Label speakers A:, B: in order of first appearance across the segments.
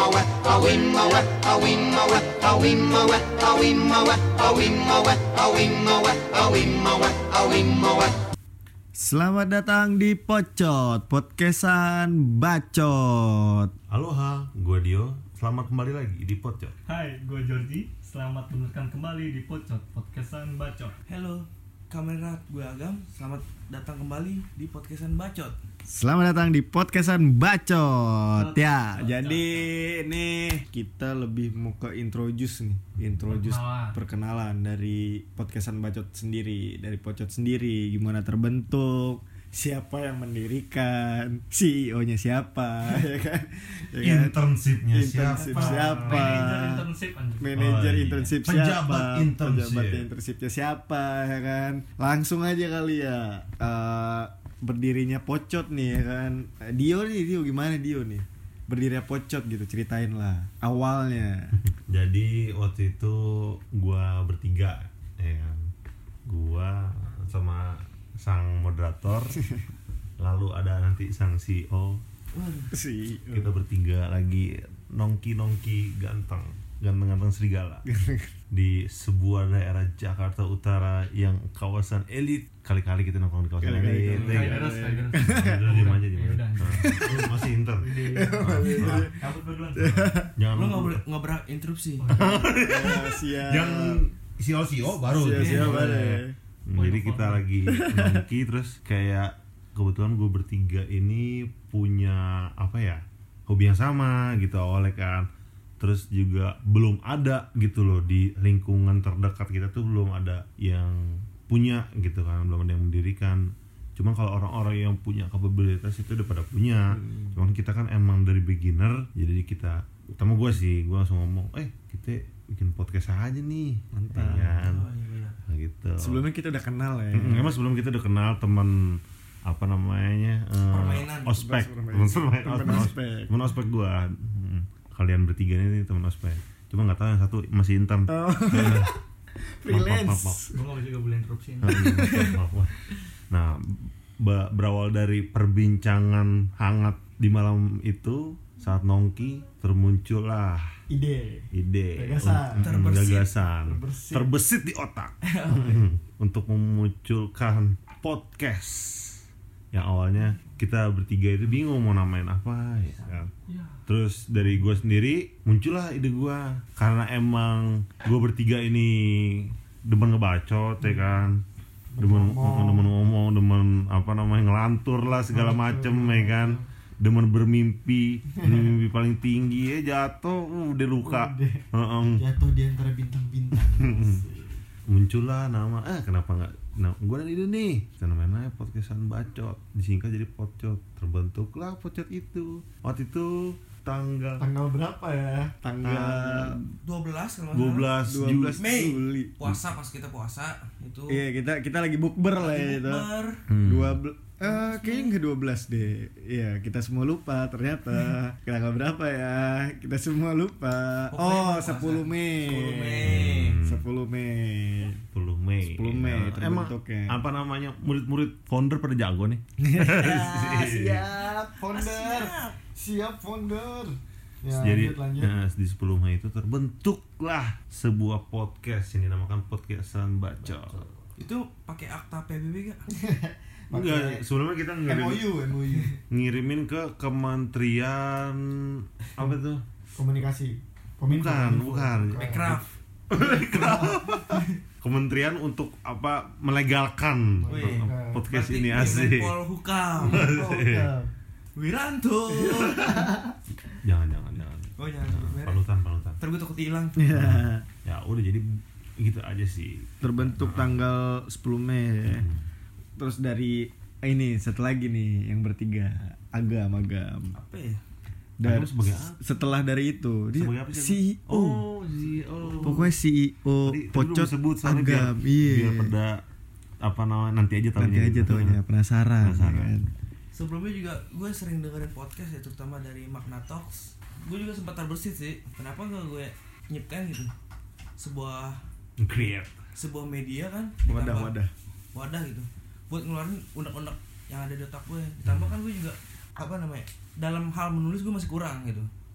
A: Selamat datang di Pocot, podcastan bacot.
B: Aloha, gue Dio. Selamat kembali lagi di Pocot.
C: Hai, gue Jordi. Selamat mendengarkan kembali di Pocot, podcastan bacot.
D: Halo, kamerat gue Agam. Selamat datang kembali di podcastan bacot.
A: Selamat datang di podcastan bacot. Ya, jadi nih kita lebih mau ke introduce perkenalan dari podcastan bacot sendiri, dari Pocot sendiri, gimana terbentuk, siapa yang mendirikan, CEO-nya siapa, ya kan?
B: Internship-nya
A: siapa? Manajer internship siapa? Pejabat internshipnya siapa, ya kan? Langsung aja kali ya. Berdirinya Pocot nih, ya kan? Dio gimana Dio nih? Berdirinya Pocot gitu, ceritain lah awalnya.
B: Jadi waktu itu gua bertiga, ya kan? Gua sama sang moderator, lalu ada nanti sang CEO. Kita bertiga lagi nongki ganteng serigala di sebuah daerah Jakarta Utara yang kawasan elit. Kali-kali kita nongkrong di kawasan elit. Diam aja. Masih intern.
D: Jangan lu nggak berak interupsi.
B: Yang CEO baru. Jadi kita lagi nongki, terus kayak kebetulan gue bertiga ini punya hobi yang sama gitu awalnya kan. Terus juga belum ada gitu loh di lingkungan terdekat kita tuh, belum ada yang punya gitu kan, belum ada yang mendirikan. Cuman kalau orang-orang yang punya kapabilitas itu udah pada punya. Cuman kita kan emang dari beginner, jadi kita, utama gue langsung ngomong, kita bikin podcast aja nih.
A: Mantap.
B: Ya, nah, gitu.
A: Sebelumnya kita udah kenal ya.
B: Emang sebelum kita udah kenal teman ospek, teman ospek gue. Kalian bertiga ini teman ospek, cuma nggak tahu yang satu masih intern.
A: Freelance.
C: Gue nggak bisa boleh interupsi.
B: Nah, berawal dari perbincangan hangat di malam itu, saat nongki termuncullah ide, gagasan terbesit di otak untuk memunculkan podcast. Yang awalnya kita bertiga itu bingung mau namain apa ya kan. Terus dari gue sendiri muncullah ide gue, karena emang gue bertiga ini demen ngebacot ya kan, demen ngomong, demen ngelantur lah segala macem ya kan, demen bermimpi, mimpi paling tinggi jatuh udah luka,
D: jatuh di antara bintang-bintang.
B: Muncullah nama, kenapa nggak? Nah, gue ada ide nih, kita namanya podcastan bacot, disingkat jadi Pocot. Terbentuklah Pocot itu. Waktu itu tanggal
A: berapa ya? Tanggal
D: 12
A: Mei. Juli.
D: Puasa, pas kita puasa itu.
A: Iya, kita lagi bukber lah ya itu. 12 kayaknya ke-12 deh. Iya, kita semua lupa ternyata. Tanggal berapa ya? Kita semua lupa.
D: Pokoknya
A: 10 Mei. 10 Mei terbentuknya.
B: Emang murid-murid founder pada jago nih.
A: Siap founder. Ya,
B: jadi
A: lanjut.
B: Di 10 Mei itu terbentuklah sebuah podcast yang dinamakan Podcastan Bacot.
D: Itu pakai akta PBB gak?
B: Enggak, sebelumnya kita ngirimin ke Kementerian apa tuh?
A: Komunikasi.
B: Bukan.
D: Bekraf.
B: Kementerian untuk melegalkan podcast ini asik.
D: Polhukam. Wiranto.
B: Jangan.
D: Oh jangan.
B: Panutan.
D: Ntar gue takut hilang.
B: Ya udah, jadi gitu aja sih.
A: Terbentuk tanggal 10 Mei. Terus dari ini satu lagi nih yang bertiga, Agam.
D: Apa ya?
A: Dan setelah dari itu dia CEO. Pokoknya CEO Pocot Agam.
B: Biar pada nanti aja taunya.
A: Penasaran. Kan?
D: Sebelumnya juga gue sering dengerin podcast ya, terutama dari Magna Talks. Gue juga sempat terbersit sih, kenapa gak gue nyiptain gitu sebuah media kan, wadah gitu buat ngeluarin unek-unek yang ada di otak gue. Ditambah kan gue juga dalam hal menulis gue masih kurang gitu.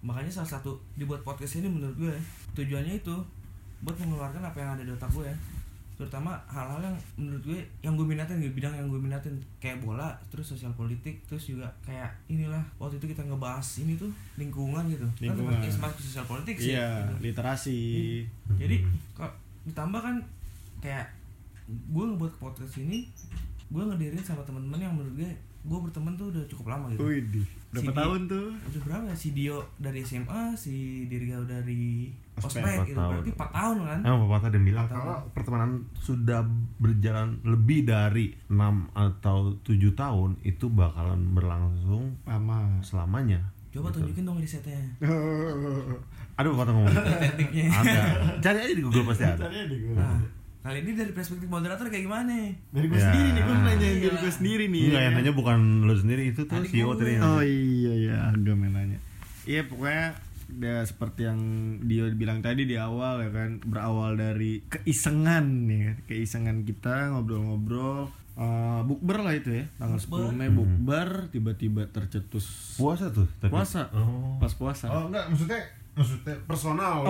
D: Makanya salah satu dibuat podcast ini menurut gue tujuannya itu buat mengeluarkan apa yang ada di otak gue ya, terutama hal-hal yang menurut gue yang gue minatin, bidang yang gue minatin kayak bola, terus sosial politik, terus juga kayak inilah waktu itu kita ngebahas ini tuh lingkungan gitu, kan masuk sosial politik sih,
A: iya, gitu. Literasi.
D: Jadi kok ditambah kan kayak gue ngebuat podcast ini, gue ngedirin sama teman-teman yang menurut gue berteman tuh udah cukup lama gitu.
A: Widih, berapa tahun tuh?
D: Udah berapa ya? Si Dio dari SMA, si Dirgau dari Ospek gitu. Berarti 4 tahun kan?
B: Bapak ada bilang kalau pertemanan sudah berjalan lebih dari 6 atau 7 tahun itu bakalan berlangsung lama selamanya.
D: Coba gitu. Tunjukin dong risetnya.
B: Ada Bapak ngomong.
D: Tekniknya.
B: Ada. Cari aja di Google pasti ada.
A: Cari aja di Google. Nah,
D: kali ini dari perspektif moderator kayak gimana?
A: Dari gue sendiri nih, gue nanyain diri gue sendiri nih.
B: Enggak, yang nanya bukan lo sendiri, itu tuh CEO tadi.
A: Oh iya, agak nanya. Iya, pokoknya udah seperti yang Dio bilang tadi di awal ya kan, berawal dari keisengan nih, keisengan kita ngobrol-ngobrol, bukber lah itu ya, tanggal 10 Mei bukber, tiba-tiba tercetus
B: puasa tuh tadi.
A: Puasa. Pas puasa.
B: Oh enggak, maksudnya personal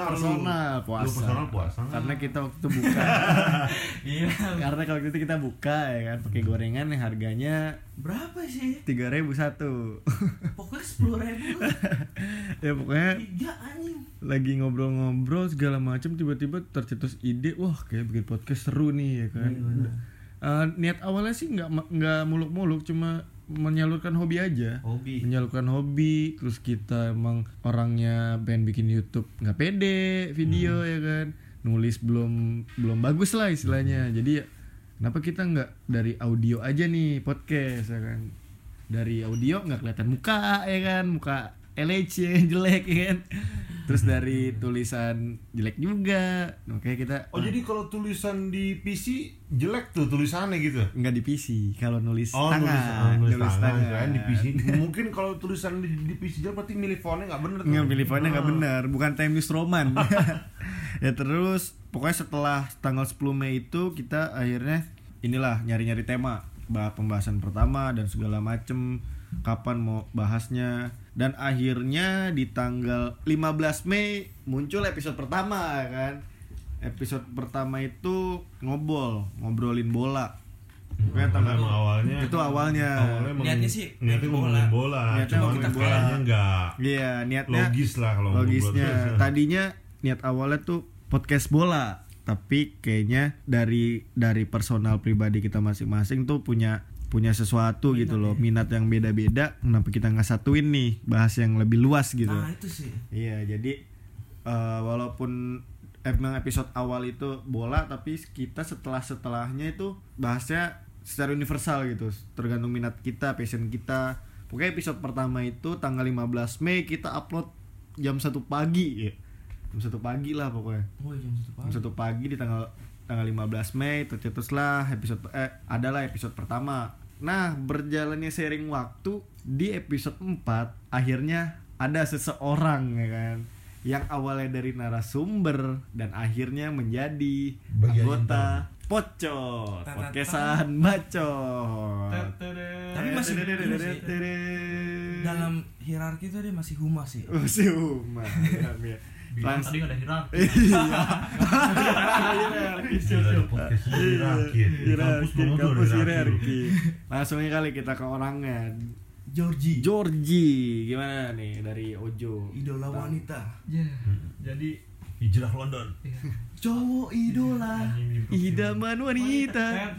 B: puasa.
A: Karena kita waktu itu buka. Iya. Karena kalau itu kita buka ya kan, pakai gorengan yang harganya
D: berapa sih?
A: 3.000 satu.
D: Pokoknya 10.000.
A: Ya pokoknya
D: 3 anjing.
A: Lagi ngobrol-ngobrol segala macam, tiba-tiba tercetus ide, wah kayak bikin podcast seru nih ya kan. Niat awalnya sih nggak muluk-muluk, cuma menyalurkan hobi aja. Menyalurkan hobi, terus kita emang orangnya pengen bikin YouTube nggak pede video ya kan, nulis belum bagus lah istilahnya. Jadi ya kenapa kita nggak dari audio aja nih podcast ya kan, dari audio nggak kelihatan muka ya kan, muka LH yang jelek ya kan, terus dari tulisan jelek juga, makanya kita
B: jadi kalau tulisan di PC jelek tuh tulisannya gitu?
A: Nggak di PC, kalau nulis tangan,
B: nulis tangan kan di PC. Mungkin kalau tulisan di PC jelek berarti milih fontnya nggak bener tuh.
A: Nggak, milih fontnya nggak bener, bukan Times New Roman. Ya terus pokoknya setelah tanggal 10 Mei itu kita akhirnya inilah nyari-nyari tema, pembahasan pertama dan segala macem, kapan mau bahasnya, dan akhirnya di tanggal 15 Mei muncul episode pertama ya kan. Episode pertama itu ngobrolin bola.
B: Awalnya
D: niatnya sih
B: ngomongin bola. Cuma kita kayaknya enggak.
A: Iya, niatnya
B: logis lah kalau
A: logisnya. Tadinya niat awalnya tuh podcast bola, tapi kayaknya dari personal pribadi kita masing-masing tuh punya sesuatu minat gitu loh, minat yang beda-beda. Kenapa kita nggak satuin nih, bahas yang lebih luas gitu.
D: Nah itu sih.
A: Iya, jadi walaupun emang episode awal itu bola, tapi kita setelahnya itu bahasnya secara universal gitu, tergantung minat kita, passion kita. Pokoknya episode pertama itu tanggal 15 Mei kita upload jam 1 pagi ya. Jam 1 pagi lah pokoknya. Jam 1 pagi di tanggal 15 Mei tercetuslah adalah episode pertama. Nah, berjalannya seiring waktu di episode 4 akhirnya ada seseorang ya kan, yang awalnya dari narasumber dan akhirnya menjadi anggota Pocot, podcastan bacot.
D: Tapi masih dalam hierarki itu dia masih humas sih.
A: Masih humas.
C: Bilang tadi gak ada hierarki.
A: Kampus hierarki. Langsung kali kita ke orangnya. Georgie, gimana nih dari Ojo?
D: Idola wanita.
C: Jadi
B: hijrah London.
D: Cowok idola.
A: Idaman wanita.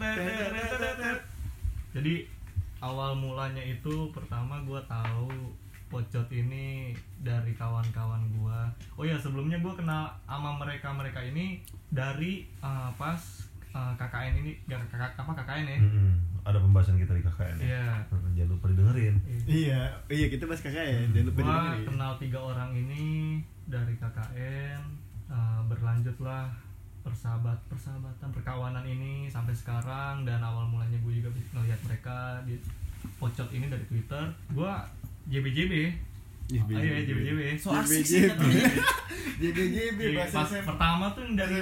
C: Jadi awal mulanya itu pertama gue tahu Pocot ini dari kawan-kawan gua. Oh ya, sebelumnya gua kenal sama mereka ini dari pas KKN ini, KKN ya.
B: Ada pembahasan kita di KKN.
C: Iya.
B: Jangan lupa didengerin.
A: Iya, kita bahas KKN. Jangan lupa didengerin.
C: Gua kenal 3 orang ini dari KKN, berlanjutlah perkawanan ini sampai sekarang, dan awal mulanya gue juga ngeliat mereka di Pocot ini dari Twitter. Gua JBJB.
D: So asik sih katanya.
A: JBJB
C: pas pertama tuh dari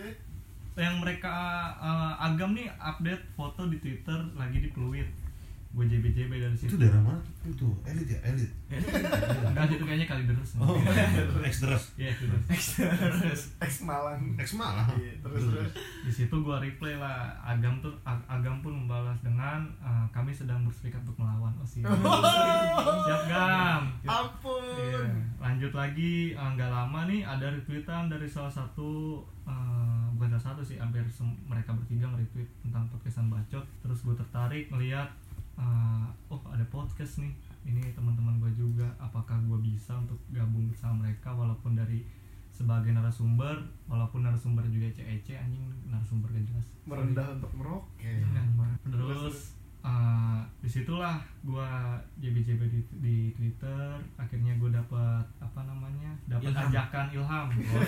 C: yang mereka Agam nih update foto di Twitter lagi di Pluit. gue JB dari situ.
B: Itu daerah mana tuh? Elit ya, elit.
C: Enggak, itu kayaknya Kalideres.
B: Oh, X-Terus.
C: Iya, X-Terus.
A: X-Malang.
B: Iya,
A: terus.
C: Di situ gue reply lah. Agam pun membalas dengan kami sedang berserikat untuk melawan OSIS. Siap Gam.
A: Ampun.
C: Iya. Lanjut lagi, nggak lama nih ada retweetan dari salah satu bukan salah satu sih, hampir mereka bertiga nge-retweet tentang podcastan bacot. Terus gue tertarik ngeliat oh ada podcast nih, ini teman-teman gue juga, apakah gue bisa untuk gabung bersama mereka walaupun dari sebagai narasumber, walaupun narasumber juga ece-ece, anjing narasumber gak jelas,
A: merendah untuk meroket.
C: Terus disitulah gue JB di Twitter. Akhirnya gue dapat ajakan ilham.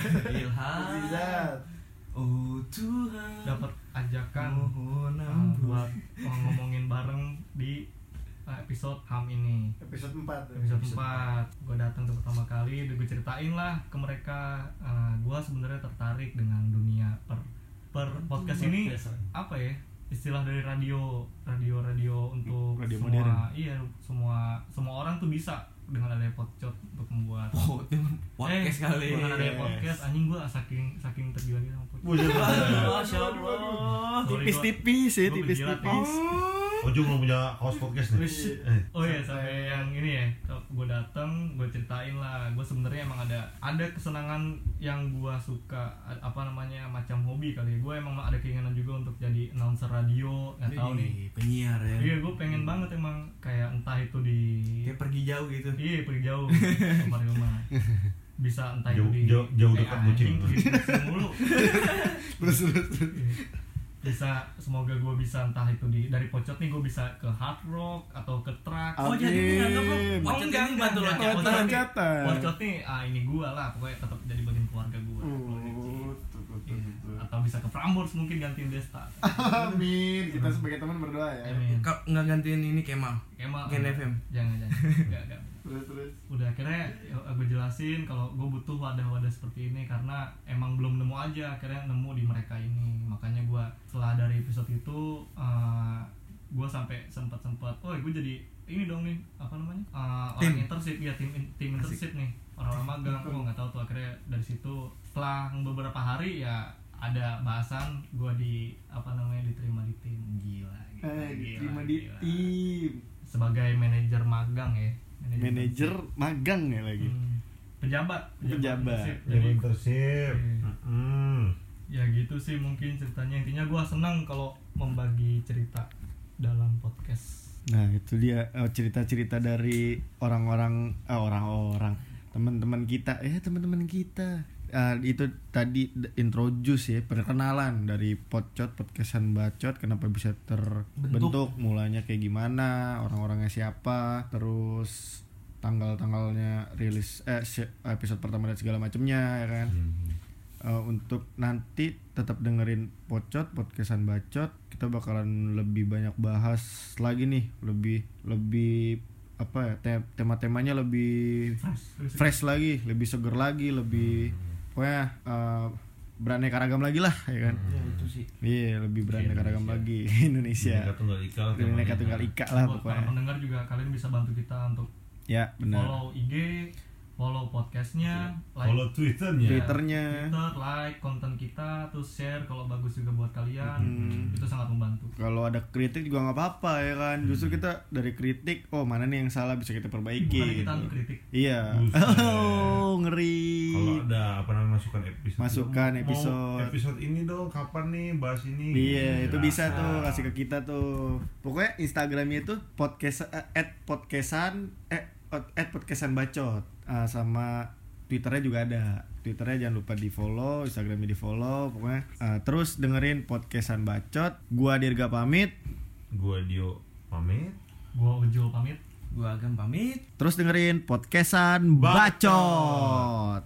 D: Oh Tuhan,
C: dapat ajakan buat ngomongin bareng di episode HAM ini.
A: Episode 4.
C: Gue datang tuh pertama kali, gue ceritain lah ke mereka, gue sebenarnya tertarik dengan dunia per podcast ini. Apa ya istilah dari radio untuk
A: radio
C: semua
A: modern.
C: Iya, semua orang tuh bisa dengan adanya podcast untuk membuat
D: podcast kali.
C: Dengan adanya podcast, anjing gue saking tergila-gila sama podcast.
D: Masya Allah.
A: Tipis ya, tipis.
B: Ojo belum punya host podcast nih.
C: Oh iya, sampai yang ini ya, gue datang, gue ceritain lah, gue sebenarnya emang ada kesenangan yang gue suka, macam hobi kali. Gue emang ada keinginan juga untuk jadi announcer radio, nggak tahu nih.
D: Penyiar ya.
C: Iya, gue pengen banget emang, kayak entah itu di
D: kayak pergi jauh gitu.
C: Iya, pergi jauh sama rumah. Bisa entah
B: jauh,
C: itu di
B: jauh dekat kucing.
C: mulu.
A: Terus.
C: Bisa, semoga gue bisa entah itu dari Pocot nih gue bisa ke hard rock atau ke track.
A: Oh
D: jadi nggak Pocot ini bantu
A: loncatan.
C: Pocot nih ini gue lah, pokoknya tetap jadi bagian keluarga gue. Atau bisa ke Prambors mungkin gantiin Desta.
A: Amin, kita sebagai teman berdoa ya.
C: Amin.
D: Nggak gantiin ini Kemal Gen FM.
C: Jangan enggak.
A: Terus
C: udah akhirnya gue jelasin kalau gue butuh wadah-wadah seperti ini karena emang belum nemu aja, akhirnya nemu di mereka ini. Makanya gue setelah dari episode itu gue sampai sempat gue jadi ini dong nih orang internship ya, tim internship nih, orang-orang magang. Gue nggak tahu tuh, akhirnya dari situ setelah beberapa hari ya ada bahasan gue diterima di tim. Gila.
A: Diterima di tim
C: sebagai manajer magang ya.
A: Manajer magang ya lagi.
C: Pejabat
B: internship.
C: Ya gitu sih mungkin ceritanya. Intinya gue senang kalau membagi cerita dalam podcast.
A: Nah itu dia cerita-cerita dari orang-orang teman-teman kita. Itu tadi introduce ya, perkenalan dari podcastan bacot, kenapa bisa terbentuk, mulanya kayak gimana, orang-orangnya siapa, terus tanggal-tanggalnya rilis episode pertama dan segala macamnya ya kan. Untuk nanti tetap dengerin podcastan bacot, kita bakalan lebih banyak bahas lagi nih, lebih apa ya, tema-temanya lebih fresh lagi, lebih seger lagi, lebih pokoknya beraneka ragam lagi lah ya kan.
D: Itu sih.
A: Iya, lebih beraneka ragam lagi Indonesia. Bineka Tunggal Ika lah pokoknya.
C: Para pendengar juga kalian bisa bantu kita untuk
A: ya benar.
C: Follow IG, follow podcastnya, like,
B: follow Twitternya,
C: like konten kita, terus share kalau bagus juga buat kalian. Itu sangat membantu.
A: Kalau ada kritik juga nggak apa-apa ya kan. Justru kita dari kritik, mana nih yang salah bisa kita perbaiki.
C: Bukan kita untuk kritik.
A: Iya. Ngeri.
B: Kalau ada masukan episode
C: ini dong, kapan nih bahas ini?
A: Iya, itu bisa tuh kasih ke kita tuh. Pokoknya Instagramnya itu @podcastan bacot. Sama Twitternya juga ada. Twitternya jangan lupa di follow, Instagramnya di follow, pokoknya terus dengerin podcastan bacot. Gua Dirga pamit,
B: gua Dio pamit,
C: gua Ujo pamit,
D: gua Agam pamit.
A: Terus dengerin podcastan bacot.